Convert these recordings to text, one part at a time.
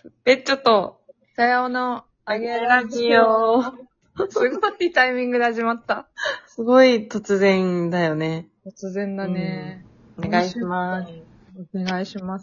ベッチョと、 さようのあげラジオ。 すごいタイミングで始まった。 すごい突然だよね。 突然だね。 お願いします。 お願いします。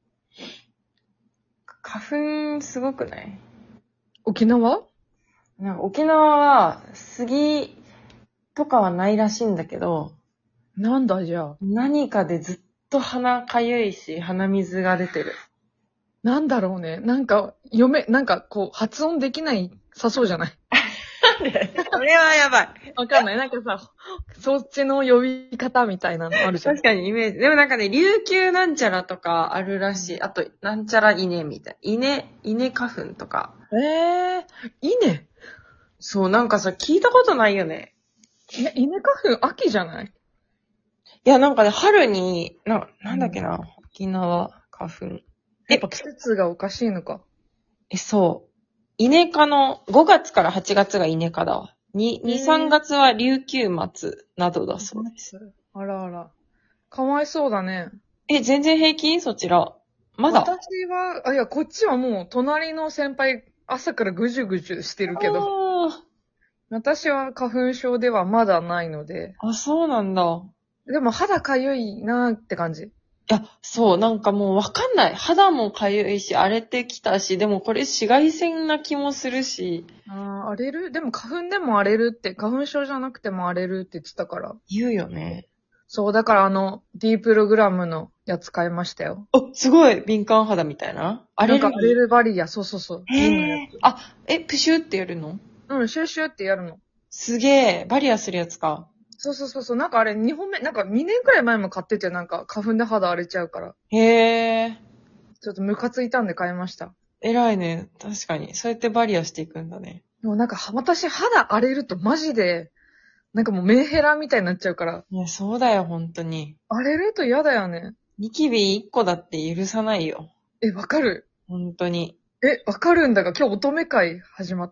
花粉すごくない？ 沖縄？ なんか沖縄は杉とかはないらしいんだけど、 なんだじゃあ。 何かでずっと鼻かゆいし、鼻水が出てる。 なんだろうね。なんか発音できないさそうじゃない？ なんで？それはやばい。 わかんない。なんかさ、そっちの呼び方みたいなのあるじゃん。 確かにイメージ。でもなんかね、琉球なんちゃらとかあるらしい。あと、なんちゃら稲みたい。稲花粉とか。 稲？ そう、なんかさ、聞いたことないよね。 稲花粉秋じゃない？ いや、なんかね、春に、なんだっけな、沖縄花粉。 やっぱ季節がおかしいのか。 そう。稲科の、5月から8月が稲科だわ。2、3月は琉球松などだそうです。 あらあら。かわいそうだね。 全然平気？そちら。まだ。 私は、いや、こっちはもう、隣の先輩、朝からぐじゅぐじゅしてるけど、私は花粉症ではまだないので、 そうなんだ。 でも肌かゆいなーって感じ。 いや、そう、なんかもうわかんない。肌もかゆいし、荒れてきたし、でもこれ紫外線な気もするし。 荒れる？でも花粉でも荒れるって、花粉症じゃなくても荒れるって言ってたから。 言うよね。 そう、だからディープログラムのやつ買いましたよ。 すごい敏感肌みたいな。アレルギー。 なんかアレルバリア、そうそうそう。 プシュってやるの？ シューシューってやるの。 すげえ、バリアするやつか。 そうそうそうそう。なんかあれ2本目、なんか2年くらい前も買ってて、なんか花粉で肌荒れちゃうから。 へえ。 ちょっとムカついたんで買いました。 偉いね。確かに。そうやってバリアしていくんだね。 でもなんか私肌荒れるとマジで、なんかもうメンヘラみたいになっちゃうから。 いや、そうだよ、本当に。 荒れると嫌だよね。 ニキビ1個だって許さないよ。 わかる？ 本当に。 わかるんだが、今日乙女会始まった？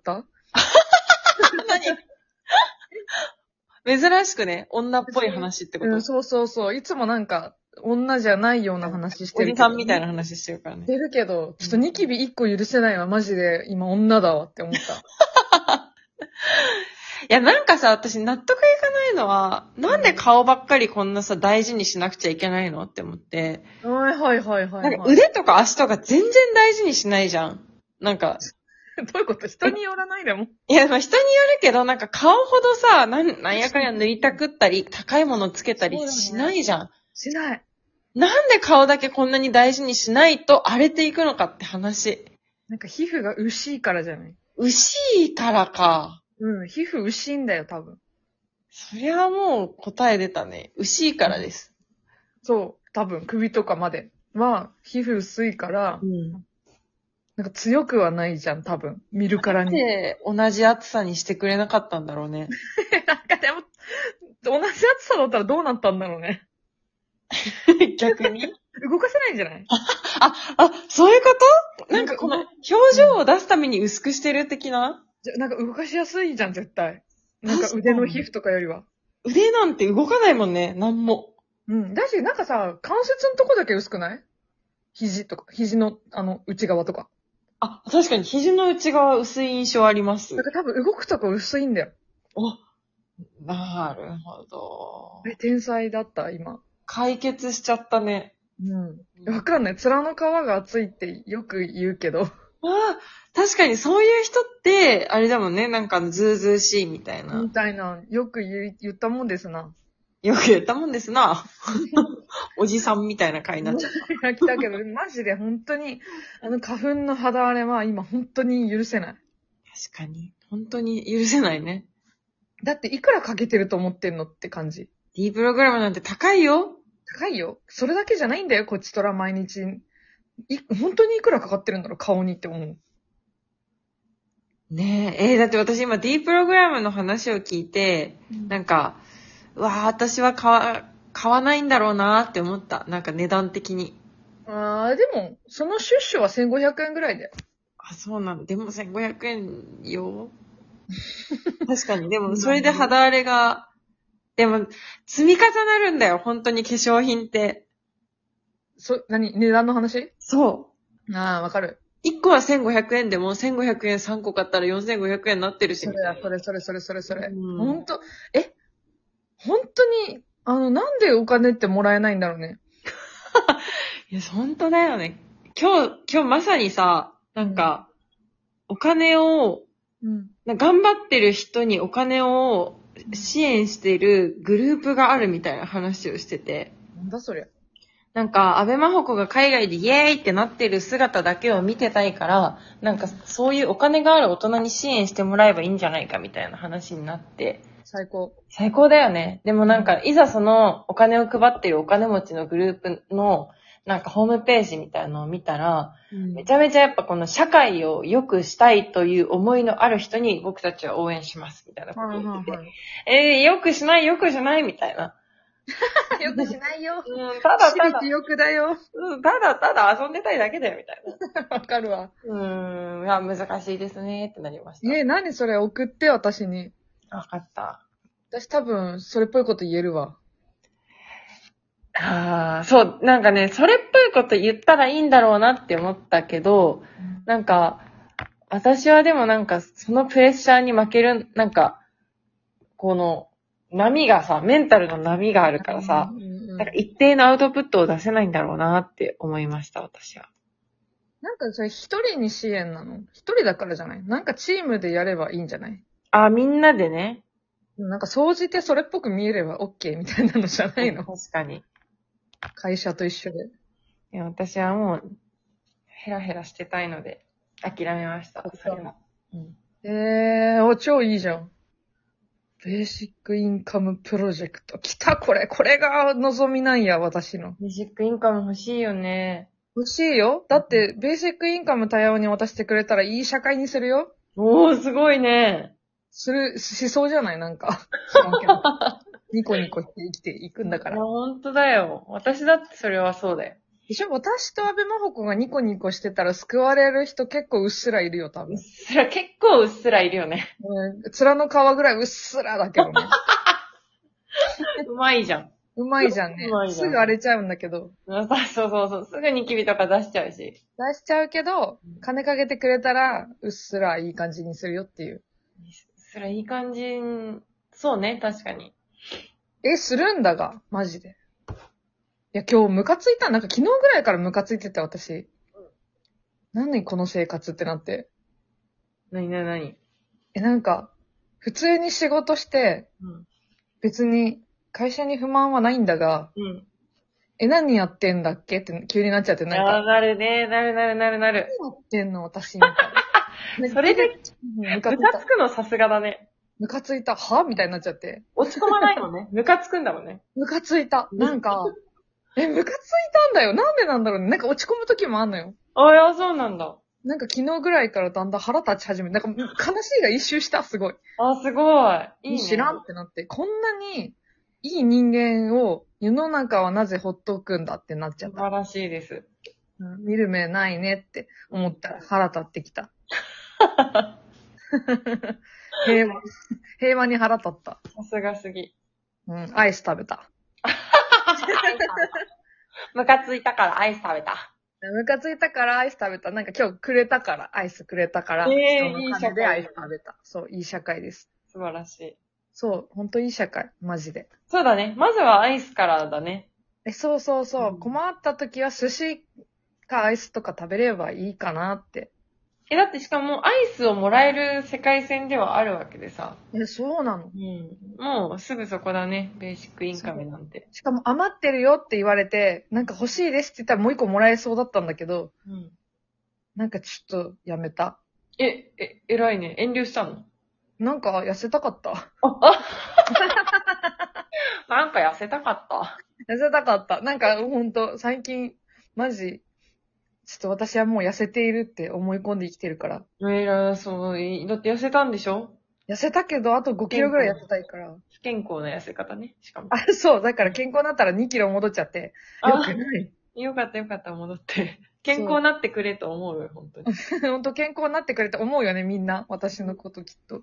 珍しくね、女っぽい話ってこと？ そうそうそう。いつもなんか、女じゃないような話してるけど。 おじさんみたいな話してるからね。 してるけど、ちょっとニキビ1個許せないわ、マジで。今女だわって思った。 いや、なんかさ、私納得いかないのは、なんで顔ばっかりこんなさ、大事にしなくちゃいけないのって思って。 はいはいはいはい。 なんか腕とか足とか全然大事にしないじゃん。なんか。 どういうこと？人によらないでも。 いや、まあ人によるけど、なんか顔ほどさ、なんやかんや塗りたくったり、高いものつけたりしないじゃん。 しない。 なんで顔だけこんなに大事にしないと荒れていくのかって話。 なんか皮膚が薄いからじゃない？ 薄いからか。 皮膚薄いんだよ、多分。 そりゃもう答え出たね。薄いからです。 そう、多分、首とかまでは、皮膚薄いから、なんか強くはないじゃん、多分。見るからに。 なんで同じ暑さにしてくれなかったんだろうね。 なんかでも、同じ暑さだったらどうなったんだろうね。 逆に動かせないんじゃない？ そういうこと？なんかこの表情を出すために薄くしてる的な？ なんか動かしやすいじゃん、絶対。なんか腕の皮膚とかよりは。 腕なんて動かないもんね、なんも。 だし、なんかさ、関節のとこだけ薄くない？肘とか、肘の、内側とか。 確かに肘の内側薄い印象あります。 なんか多分動くとこ薄いんだよ。 なるほど。 天才だった、今。 解決しちゃったね。 わかんない。面の皮が厚いってよく言うけど。 確かにそういう人って、あれだもんね、なんかズうずうしいみたいな。 みたいな、よく言ったもんですな。 よく言ったもんですな。おじさんみたいな回になっちゃった。 来たけど、マジで本当に、花粉の肌荒れは今本当に許せない。 確かに。本当に許せないね。 だっていくらかけてると思ってんのって感じ。 D プログラムなんて高いよ。 高いよ。それだけじゃないんだよ、こっちとら毎日。本当にいくらかかってるんだろう、顔にって思う。 ねえ、だって私今 D プログラムの話を聞いて、なんか、私は買わないんだろうなって思った。なんか値段的に。 でも、そのシュッシュは1500円ぐらいだよ。 そうなんだ。でも1500円よ。確かに。でも、それで肌荒れが、でも、積み重なるんだよ。本当に化粧品って。 値段の話？ そう。 わかる。 1個は1500円でも1500円3個買ったら4500円になってるし。 それだ、それ。 うんほんと、本当に、なんでお金ってもらえないんだろうね。 いや、本当だよね。今日まさにさ、なんか、お金を、頑張ってる人にお金を支援してるグループがあるみたいな話をしてて。 なんだそりゃ。 なんか、安倍真帆子が海外でイエーイってなってる姿だけを見てたいから、なんか、そういうお金がある大人に支援してもらえばいいんじゃないかみたいな話になって。 最高。 最高だよね。でもなんか、いざそのお金を配ってるお金持ちのグループの、なんかホームページみたいなのを見たら、めちゃめちゃやっぱこの社会を良くしたいという思いのある人に僕たちは応援しますみたいなことを言ってて、良くしないみたいな。 よくしないよ。 ただただ。 よくだよ。 ただただ遊んでたいだけだよみたいな。わかるわ。 難しいですねってなりました。 何それ送って私に。 わかった。 私多分それっぽいこと言えるわ。 そう、なんかね、それっぽいこと言ったらいいんだろうなって思ったけど、なんか、私はでもなんか、そのプレッシャーに負ける、なんか、この、波がさ、メンタルの波があるからさ、なんか一定のアウトプットを出せないんだろうなって思いました、私は。 なんかそれ一人に支援なの？一人だからじゃない？なんかチームでやればいいんじゃない？ みんなでね。 なんか総じてそれっぽく見えれば OK みたいなのじゃないの？ 確かに。 会社と一緒で。 いや、私はもう、ヘラヘラしてたいので、諦めました、それは。 超いいじゃん。ベーシックインカムプロジェクト。来た、これが望みなんや、私の。 ベーシックインカム欲しいよね。 欲しいよ。だって、ベーシックインカム多様に渡してくれたらいい社会にするよ。 すごいね。 しそうじゃないなんか。知らんけど。ニコニコして生きていくんだから。 ほんとだよ。私だってそれはそうだよ。 でしょ？私と安倍真帆子がニコニコしてたら救われる人結構うっすらいるよ、多分。 結構うっすらいるよね。 面の皮ぐらいうっすらだけどね。 うまいじゃん。 うまいじゃんね。すぐ荒れちゃうんだけど。 そう。すぐニキビとか出しちゃうし。 出しちゃうけど、金かけてくれたら、うっすらいい感じにするよっていう。 それいい感じ。そうね、確かに。 するんだが、マジで。いや、今日ムカついた。なんか昨日ぐらいからムカついてて、私。何この生活ってなって。 何なんか、普通に仕事して、別に会社に不満はないんだが、何やってんだっけって急になっちゃって、なんか。 なるね、なる。 何やってんの私みたいな。 それで、ムカつくのさすがだね。 ムカついた。はみたいになっちゃって。 落ち込まないのね。ムカつくんだもんね。 ムカついた。なんか、ムカついたんだよ。なんでなんだろうね。なんか落ち込む時もあんのよ。 そうなんだ。 なんか昨日ぐらいからだんだん腹立ち始めて、なんか悲しいが一周した、すごい。 すごい。いいね。 知らんってなって、こんなにいい人間を世の中はなぜほっとくんだってなっちゃった。 素晴らしいです。 見る目ないねって思ったら腹立ってきた。平和に腹立った。 さすがすぎ。 アイス食べた。 ムカついたからアイス食べた。 ムカついたからアイス食べた。なんか今日くれたから、アイスくれたから、人の金でアイス食べた。そう、いい社会です。 素晴らしい。 そう、ほんといい社会。マジで。 そうだね。まずはアイスからだね。 そう。困った時は寿司かアイスとか食べればいいかなって。 だってしかもアイスをもらえる世界線ではあるわけでさ。 そうなの。 もうすぐそこだね。ベーシックインカムなんて。 しかも余ってるよって言われて、なんか欲しいですって言ったらもう一個もらえそうだったんだけど、なんかちょっとやめた。 偉いね。遠慮したの？ なんか痩せたかった。 なんか痩せたかった。 痩せたかった。なんかほんと最近、マジ、ちょっと私はもう痩せているって思い込んで生きてるから。 そう、だって痩せたんでしょ？ 痩せたけど、あと5キロぐらい痩せたいから。 不健康な痩せ方ね、しかも。 そう、だから健康になったら2キロ戻っちゃって。よくない。 よかった、戻って。健康になってくれと思うよ、本当に。 本当健康になってくれと思うよね、みんな。私のこときっと。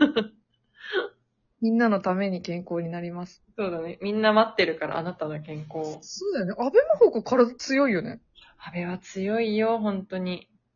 みんなのために健康になります。 そうだね。みんな待ってるから、あなたの健康を。 そうだよね。安倍真帆子体強いよね。 安倍は強いよ、本当に。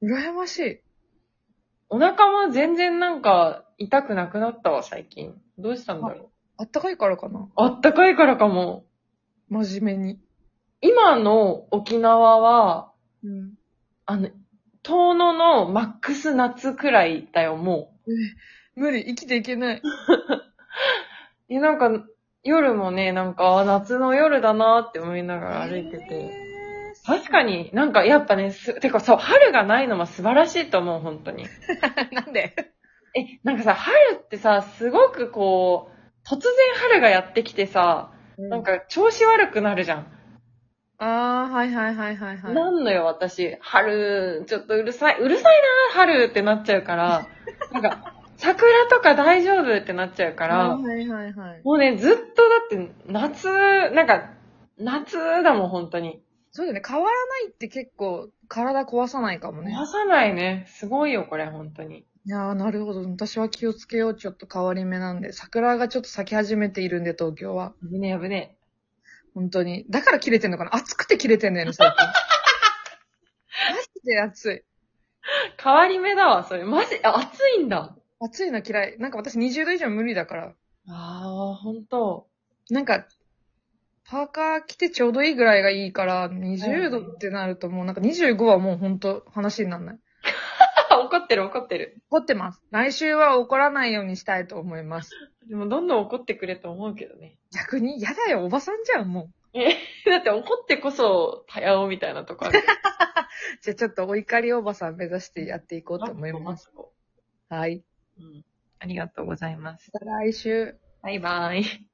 羨ましい。 お腹も全然なんか痛くなくなったわ、最近。どうしたんだろあったかいからかな。 う。あったかいからかも。 真面目に。 今の沖縄は、 うん。 あの、遠野のマックス夏くらいだよ、も無理、生きていけない。 う。なんか、夜もね、なんか、夏の夜だなって思いながら歩いてて。確かになんかやっぱね、てかそう、春がないのも素晴らしいと思う、本当に。 なんで？ なんかさ、春ってさ、すごくこう、突然春がやってきてさ、なんか調子悪くなるじゃん。 ああ、はいはいはいはいはい。 なんのよ、私。春、ちょっとうるさいな、春ってなっちゃうから、なんか、桜とか大丈夫ってなっちゃうかああ、 ら、 はいはいはい。 もうね、ずっとだって夏、なんか、夏だもん、本当に。 そうだよね。変わらないって結構体壊さないかもね。 壊さないね。すごいよ、これ、本当に。 いやー、なるほど。私は気をつけよう。ちょっと変わり目なんで。桜がちょっと咲き始めているんで、東京は。 危ねえ、危ね本当に。だから切れてんのかな。暑くて切れてんだよね、最近。マジで暑い。 え。変わり目だわ、それ。マジ、暑いんだ。 暑いの嫌い。なんか私20度以上無理だから。 ああ、本当。 なんか、パーカー着てちょうどいいぐらいがいいから、20度ってなるともうなんか25はもう本当話にならない。 怒ってる、怒ってる。 怒ってます。来週は怒らないようにしたいと思います。 でも、どんどん怒ってくれと思うけどね。 逆に嫌だよ、おばさんじゃん、もだって怒ってこそ、たやおみたいなとこある。 う。じゃあちょっとお怒りおばさん目指してやっていこうと思います。はい。 うん。ありがとうございます。 また来週。 バイバイ。